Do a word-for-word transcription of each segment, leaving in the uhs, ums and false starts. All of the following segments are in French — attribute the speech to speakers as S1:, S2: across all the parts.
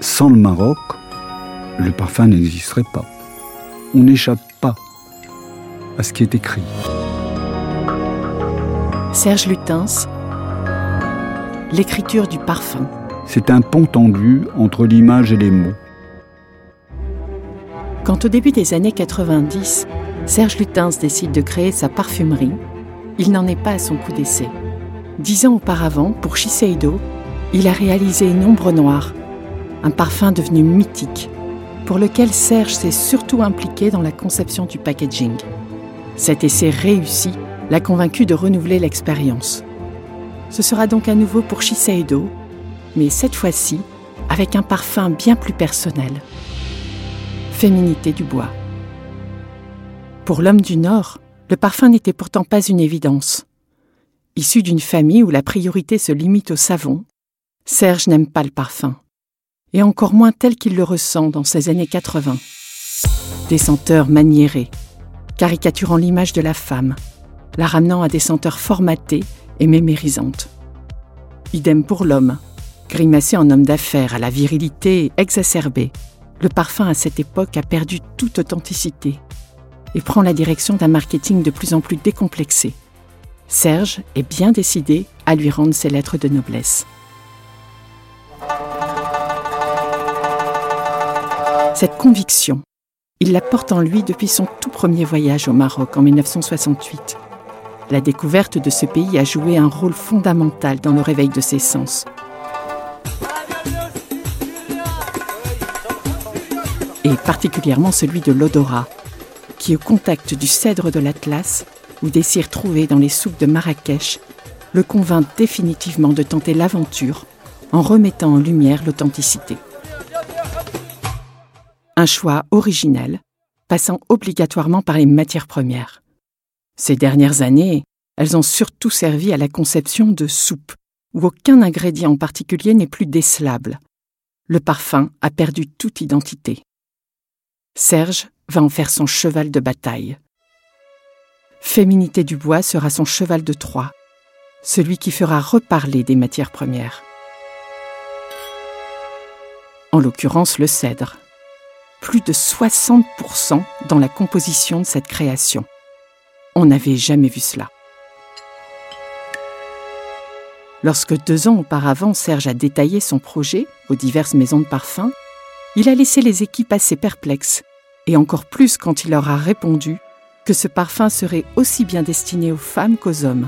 S1: Sans le Maroc, le parfum n'existerait pas. On n'échappe pas à ce qui est écrit.
S2: Serge Lutens, l'écriture du parfum.
S1: C'est un pont tendu entre l'image et les mots.
S2: Quand au début des années quatre-vingt-dix, Serge Lutens décide de créer sa parfumerie, il n'en est pas à son coup d'essai. Dix ans auparavant, pour Shiseido, il a réalisé une ombre noire, un parfum devenu mythique, pour lequel Serge s'est surtout impliqué dans la conception du packaging. Cet essai réussi l'a convaincu de renouveler l'expérience. Ce sera donc à nouveau pour Shiseido, mais cette fois-ci avec un parfum bien plus personnel. Féminité du bois. Pour l'homme du Nord, le parfum n'était pourtant pas une évidence. Issu d'une famille où la priorité se limite au savon, Serge n'aime pas le parfum, et encore moins tel qu'il le ressent dans ces années quatre-vingts. Des senteurs maniérées, caricaturant l'image de la femme, la ramenant à des senteurs formatées et mémérisantes. Idem pour l'homme, grimacé en homme d'affaires à la virilité exacerbée, le parfum à cette époque a perdu toute authenticité et prend la direction d'un marketing de plus en plus décomplexé. Serge est bien décidé à lui rendre ses lettres de noblesse. Cette conviction, il la porte en lui depuis son tout premier voyage au Maroc en dix-neuf cent soixante-huit. La découverte de ce pays a joué un rôle fondamental dans le réveil de ses sens. Et particulièrement celui de l'odorat, qui au contact du cèdre de l'Atlas ou des cires trouvées dans les souks de Marrakech, le convainc définitivement de tenter l'aventure en remettant en lumière l'authenticité. Un choix originel, passant obligatoirement par les matières premières. Ces dernières années, elles ont surtout servi à la conception de soupes, où aucun ingrédient en particulier n'est plus décelable. Le parfum a perdu toute identité. Serge va en faire son cheval de bataille. Féminité du bois sera son cheval de Troie, celui qui fera reparler des matières premières. En l'occurrence, le cèdre. Plus de soixante pour cent dans la composition de cette création. On n'avait jamais vu cela. Lorsque deux ans auparavant, Serge a détaillé son projet aux diverses maisons de parfums, il a laissé les équipes assez perplexes, et encore plus quand il leur a répondu que ce parfum serait aussi bien destiné aux femmes qu'aux hommes.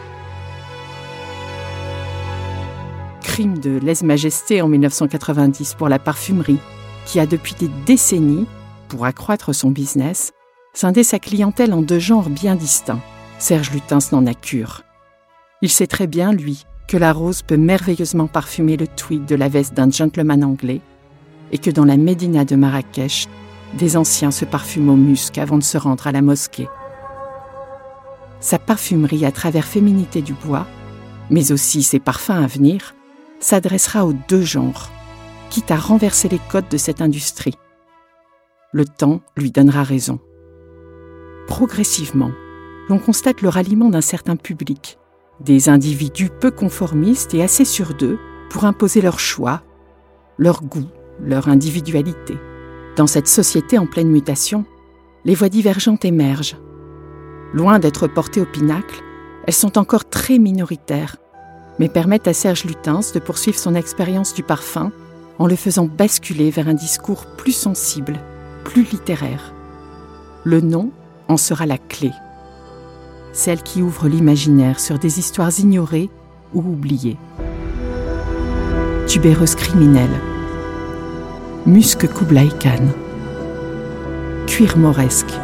S2: Crime de lèse-majesté en dix-neuf cent quatre-vingt-dix pour la parfumerie, qui a depuis des décennies, pour accroître son business, scindé sa clientèle en deux genres bien distincts. Serge Lutens n'en a cure. Il sait très bien, lui, que la rose peut merveilleusement parfumer le tweed de la veste d'un gentleman anglais et que dans la médina de Marrakech, des anciens se parfument au musc avant de se rendre à la mosquée. Sa parfumerie à travers Féminité du bois, mais aussi ses parfums à venir, s'adressera aux deux genres, quitte à renverser les codes de cette industrie. Le temps lui donnera raison. Progressivement, l'on constate le ralliement d'un certain public, des individus peu conformistes et assez sûrs d'eux pour imposer leur choix, leur goût, leur individualité. Dans cette société en pleine mutation, les voix divergentes émergent. Loin d'être portées au pinacle, elles sont encore très minoritaires, mais permettent à Serge Lutens de poursuivre son expérience du parfum en le faisant basculer vers un discours plus sensible, plus littéraire. Le nom en sera la clé, celle qui ouvre l'imaginaire sur des histoires ignorées ou oubliées. Tubéreuse criminelle, musc Kublai Khan, cuir mauresque,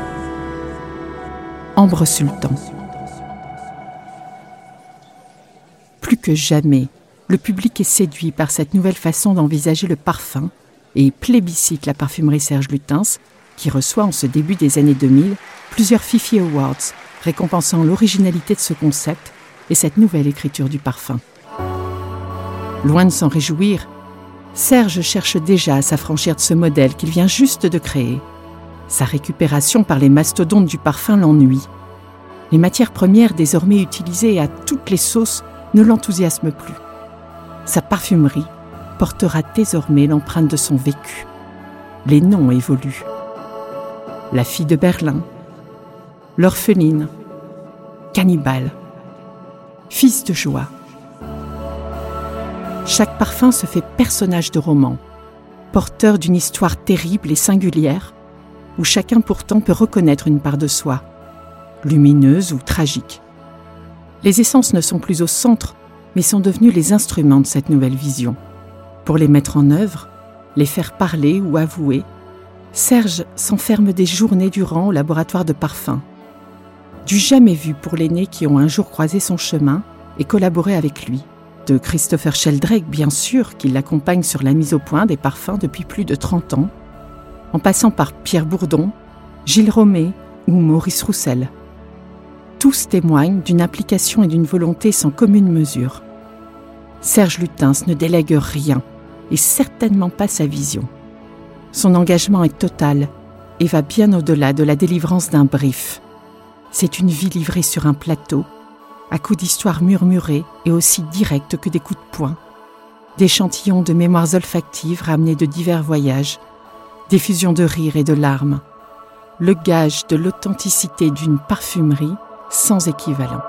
S2: ambre sultan. Plus que jamais, le public est séduit par cette nouvelle façon d'envisager le parfum et plébiscite la parfumerie Serge Lutens, qui reçoit en ce début des années deux mille plusieurs Fifi Awards, récompensant l'originalité de ce concept et cette nouvelle écriture du parfum. Loin de s'en réjouir, Serge cherche déjà à s'affranchir de ce modèle qu'il vient juste de créer. Sa récupération par les mastodontes du parfum l'ennuie. Les matières premières désormais utilisées à toutes les sauces ne l'enthousiasment plus. Sa parfumerie portera désormais l'empreinte de son vécu. Les noms évoluent. La fille de Berlin, l'orpheline, cannibale, fils de joie. Chaque parfum se fait personnage de roman, porteur d'une histoire terrible et singulière, où chacun pourtant peut reconnaître une part de soi, lumineuse ou tragique. Les essences ne sont plus au centre, mais sont devenues les instruments de cette nouvelle vision. Pour les mettre en œuvre, les faire parler ou avouer, Serge s'enferme des journées durant au laboratoire de parfums. Du jamais vu pour les nés qui ont un jour croisé son chemin et collaboré avec lui. De Christopher Sheldrake, bien sûr, qui l'accompagne sur la mise au point des parfums depuis plus de trente ans, en passant par Pierre Bourdon, Gilles Romé ou Maurice Roussel. Tous témoignent d'une implication et d'une volonté sans commune mesure. Serge Lutens ne délègue rien, et certainement pas sa vision. Son engagement est total et va bien au-delà de la délivrance d'un brief. C'est une vie livrée sur un plateau, à coups d'histoires murmurées et aussi directes que des coups de poing. D'échantillons de mémoires olfactives ramenées de divers voyages, d'effusions de rires et de larmes. Le gage de l'authenticité d'une parfumerie sans équivalent.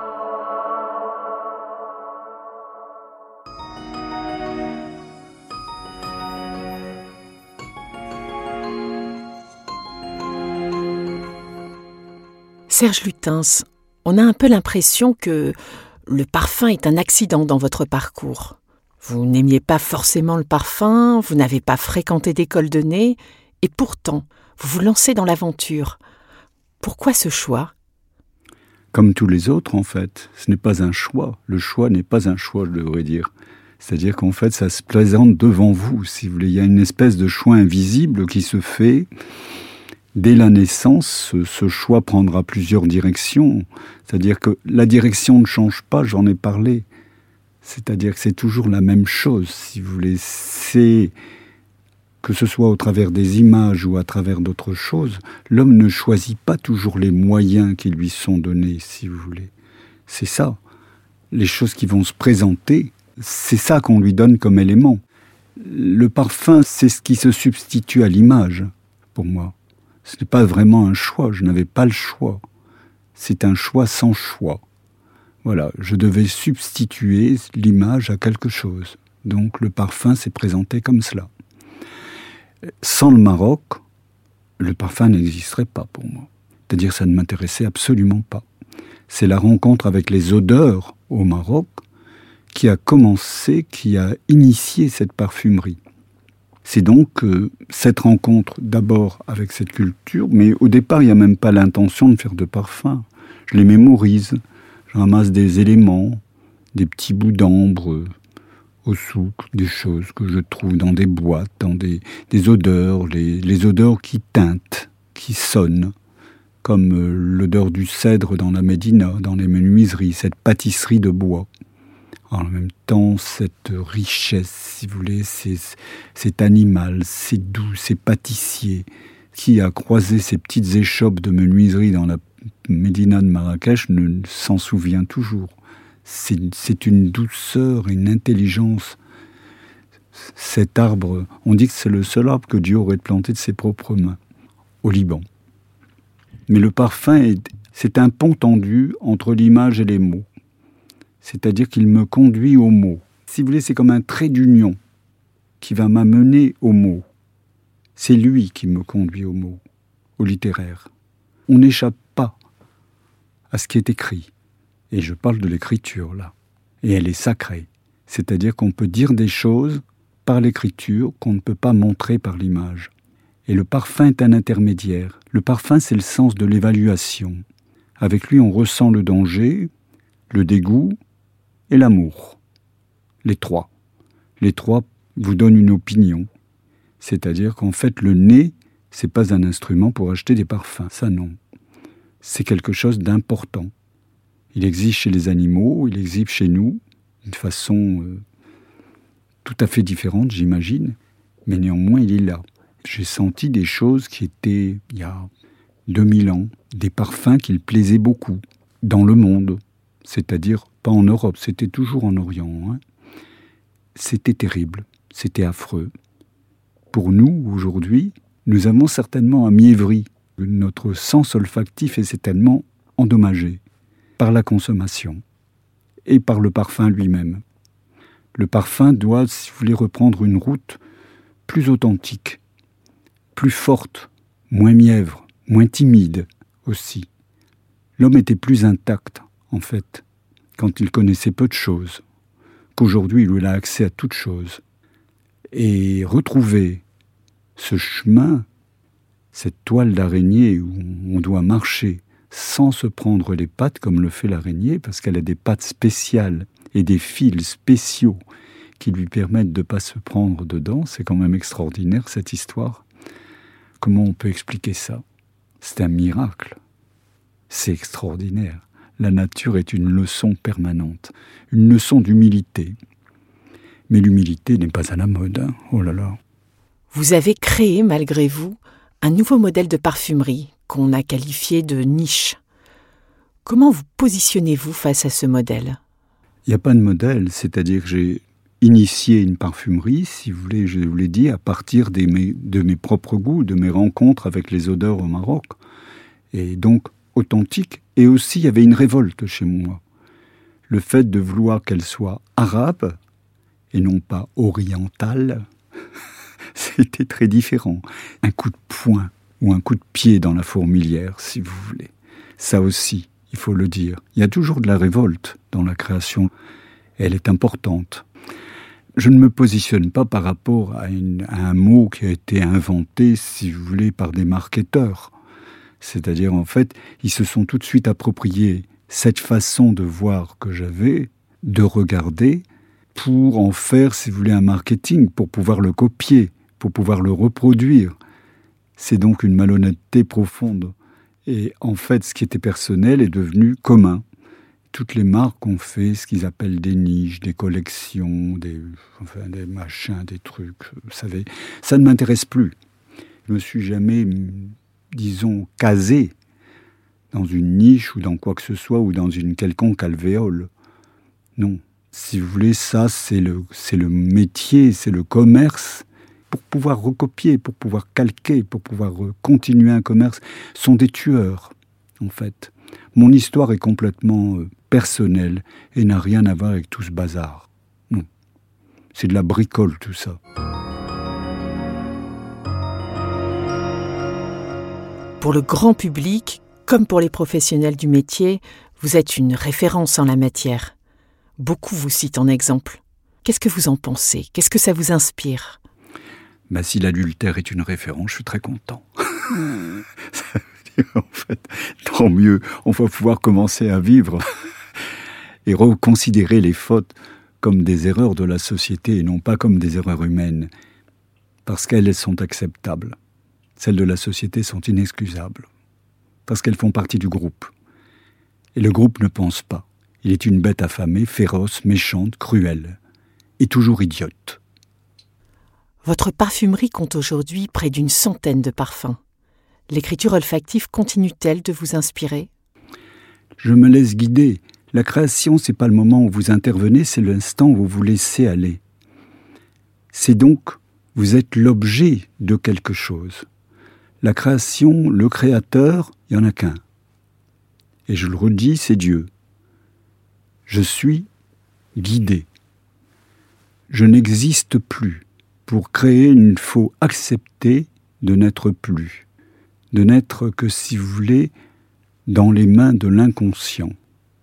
S2: Serge Lutens, on a un peu l'impression que le parfum est un accident dans votre parcours. Vous n'aimiez pas forcément le parfum, vous n'avez pas fréquenté d'école de nez, et pourtant, vous vous lancez dans l'aventure. Pourquoi ce choix ?
S1: Comme tous les autres, en fait, ce n'est pas un choix. Le choix n'est pas un choix, je devrais dire. C'est-à-dire qu'en fait, ça se présente devant vous, si vous voulez. Il y a une espèce de choix invisible qui se fait. Dès la naissance, ce choix prendra plusieurs directions. C'est-à-dire que la direction ne change pas, j'en ai parlé. C'est-à-dire que c'est toujours la même chose, si vous voulez. C'est, que ce soit au travers des images ou à travers d'autres choses, l'homme ne choisit pas toujours les moyens qui lui sont donnés, si vous voulez. C'est ça. Les choses qui vont se présenter, c'est ça qu'on lui donne comme élément. Le parfum, c'est ce qui se substitue à l'image, pour moi. Ce n'est pas vraiment un choix, je n'avais pas le choix. C'est un choix sans choix. Voilà, je devais substituer l'image à quelque chose. Donc le parfum s'est présenté comme cela. Sans le Maroc, le parfum n'existerait pas pour moi. C'est-à-dire que ça ne m'intéressait absolument pas. C'est la rencontre avec les odeurs au Maroc qui a commencé, qui a initié cette parfumerie. C'est donc euh, cette rencontre d'abord avec cette culture, mais au départ, il n'y a même pas l'intention de faire de parfum. Je les mémorise, je ramasse des éléments, des petits bouts d'ambre euh, au souk, des choses que je trouve dans des boîtes, dans des, des odeurs, les, les odeurs qui teintent, qui sonnent, comme euh, l'odeur du cèdre dans la Médina, dans les menuiseries, cette pâtisserie de bois. En même temps, cette richesse, si vous voulez, c'est, cet animal, c'est doux, c'est pâtissier, qui a croisé ces petites échoppes de menuiserie dans la Médina de Marrakech ne s'en souvient toujours. C'est, c'est une douceur, une intelligence. Cet arbre, on dit que c'est le seul arbre que Dieu aurait planté de ses propres mains, au Liban. Mais le parfum, est, c'est un pont tendu entre l'image et les mots. C'est-à-dire qu'il me conduit au mot. Si vous voulez, c'est comme un trait d'union qui va m'amener au mot. C'est lui qui me conduit au mot, au littéraire. On n'échappe pas à ce qui est écrit. Et je parle de l'écriture, là. Et elle est sacrée. C'est-à-dire qu'on peut dire des choses par l'écriture qu'on ne peut pas montrer par l'image. Et le parfum est un intermédiaire. Le parfum, c'est le sens de l'évaluation. Avec lui, on ressent le danger, le dégoût, et l'amour. Les trois. Les trois vous donnent une opinion. C'est-à-dire qu'en fait, le nez, c'est pas un instrument pour acheter des parfums. Ça, non. C'est quelque chose d'important. Il existe chez les animaux, il existe chez nous, d'une façon euh, tout à fait différente, j'imagine, mais néanmoins, il est là. J'ai senti des choses qui étaient, il y a deux mille ans, des parfums qui me plaisaient beaucoup, dans le monde. C'est-à-dire, pas en Europe, c'était toujours en Orient. Hein. C'était terrible. c'était affreux. Pour nous, aujourd'hui, nous avons certainement un mièvri. Notre sens olfactif est certainement endommagé par la consommation et par le parfum lui-même. Le parfum doit, si vous voulez, reprendre une route plus authentique, plus forte, moins mièvre, moins timide aussi. L'homme était plus intact, en fait, quand il connaissait peu de choses, qu'aujourd'hui il a accès à toutes choses. Et retrouver ce chemin, cette toile d'araignée où on doit marcher sans se prendre les pattes comme le fait l'araignée, parce qu'elle a des pattes spéciales et des fils spéciaux qui lui permettent de ne pas se prendre dedans, c'est quand même extraordinaire cette histoire. Comment on peut expliquer ça ? C'est un miracle. C'est extraordinaire. La nature est une leçon permanente, une leçon d'humilité. Mais l'humilité n'est pas à la mode, hein. Oh là là.
S2: Vous avez créé, malgré vous, un nouveau modèle de parfumerie qu'on a qualifié de niche. Comment vous positionnez-vous face à ce modèle ?
S1: Il n'y a pas de modèle, c'est-à-dire que j'ai initié une parfumerie, si vous voulez, je vous l'ai dit, à partir des, mes, de mes propres goûts, de mes rencontres avec les odeurs au Maroc. Et donc, authentique, et aussi il y avait une révolte chez moi. Le fait de vouloir qu'elle soit arabe, et non pas orientale, c'était très différent. Un coup de poing ou un coup de pied dans la fourmilière, si vous voulez. Ça aussi, il faut le dire. Il y a toujours de la révolte dans la création. Elle est importante. Je ne me positionne pas par rapport à, une, à un mot qui a été inventé, si vous voulez, par des marketeurs. C'est-à-dire, en fait, ils se sont tout de suite appropriés cette façon de voir que j'avais, de regarder, pour en faire, si vous voulez, un marketing, pour pouvoir le copier, pour pouvoir le reproduire. C'est donc une malhonnêteté profonde. Et en fait, ce qui était personnel est devenu commun. Toutes les marques ont fait ce qu'ils appellent des niches, des collections, des, enfin, des machins, des trucs, vous savez. Ça ne m'intéresse plus. Je ne me suis jamais, disons, casé dans une niche ou dans quoi que ce soit ou dans une quelconque alvéole. Non. Si vous voulez, ça, c'est le, c'est le métier, c'est le commerce. Pour pouvoir recopier, pour pouvoir calquer, pour pouvoir continuer un commerce, sont des tueurs, en fait. Mon histoire est complètement euh, personnelle et n'a rien à voir avec tout ce bazar. Non. C'est de la bricole, tout ça.
S2: Pour le grand public, comme pour les professionnels du métier, vous êtes une référence en la matière. Beaucoup vous citent en exemple. Qu'est-ce que vous en pensez ? Qu'est-ce que ça vous inspire ?
S1: Ben, si l'adultère est une référence, je suis très content. Ça veut dire, en fait, tant mieux, on va pouvoir commencer à vivre et reconsidérer les fautes comme des erreurs de la société et non pas comme des erreurs humaines, parce qu'elles sont acceptables. Celles de la société sont inexcusables, parce qu'elles font partie du groupe. Et le groupe ne pense pas. Il est une bête affamée, féroce, méchante, cruelle, et toujours idiote.
S2: Votre parfumerie compte aujourd'hui près d'une centaine de parfums. L'écriture olfactive continue-t-elle de vous inspirer ?
S1: Je me laisse guider. La création, c'est pas le moment où vous intervenez, c'est l'instant où vous vous laissez aller. C'est donc, vous êtes l'objet de quelque chose. La création, le créateur, il n'y en a qu'un. Et je le redis, c'est Dieu. Je suis guidé. Je n'existe plus. Pour créer, il faut accepter de n'être plus, de n'être que, si vous voulez, dans les mains de l'inconscient.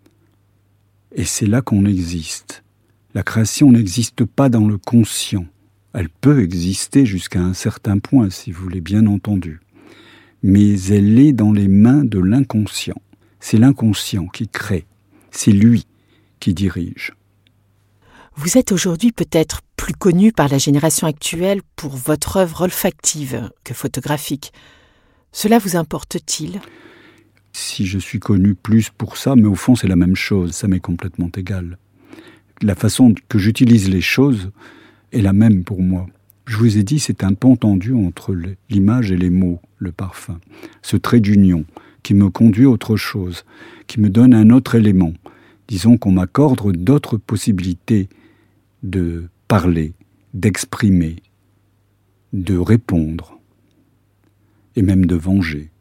S1: Et c'est là qu'on existe. La création n'existe pas dans le conscient. Elle peut exister jusqu'à un certain point, si vous voulez, bien entendu. Mais elle est dans les mains de l'inconscient. C'est l'inconscient qui crée. C'est lui qui dirige.
S2: Vous êtes aujourd'hui peut-être plus connu par la génération actuelle pour votre œuvre olfactive que photographique. Cela vous importe-t-il ?
S1: Si je suis connu plus pour ça, mais au fond c'est la même chose, ça m'est complètement égal. La façon que j'utilise les choses est la même pour moi. Je vous ai dit, c'est un pont tendu entre l'image et les mots, le parfum. Ce trait d'union qui me conduit à autre chose, qui me donne un autre élément. Disons qu'on m'accorde d'autres possibilités de parler d'exprimer, de répondre, et même de venger.